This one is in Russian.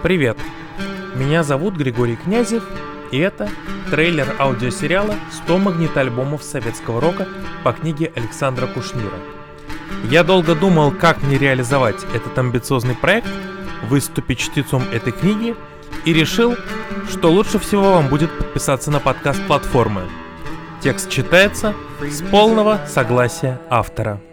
Привет, меня зовут Григорий Князев, и это трейлер аудиосериала «100 магнитоальбомов советского рока» по книге Александра Кушнира. Я долго думал, как мне реализовать этот амбициозный проект, выступить чтецом этой книги, и решил, что лучше всего вам будет подписаться на подкаст платформы. Текст читается с полного согласия автора.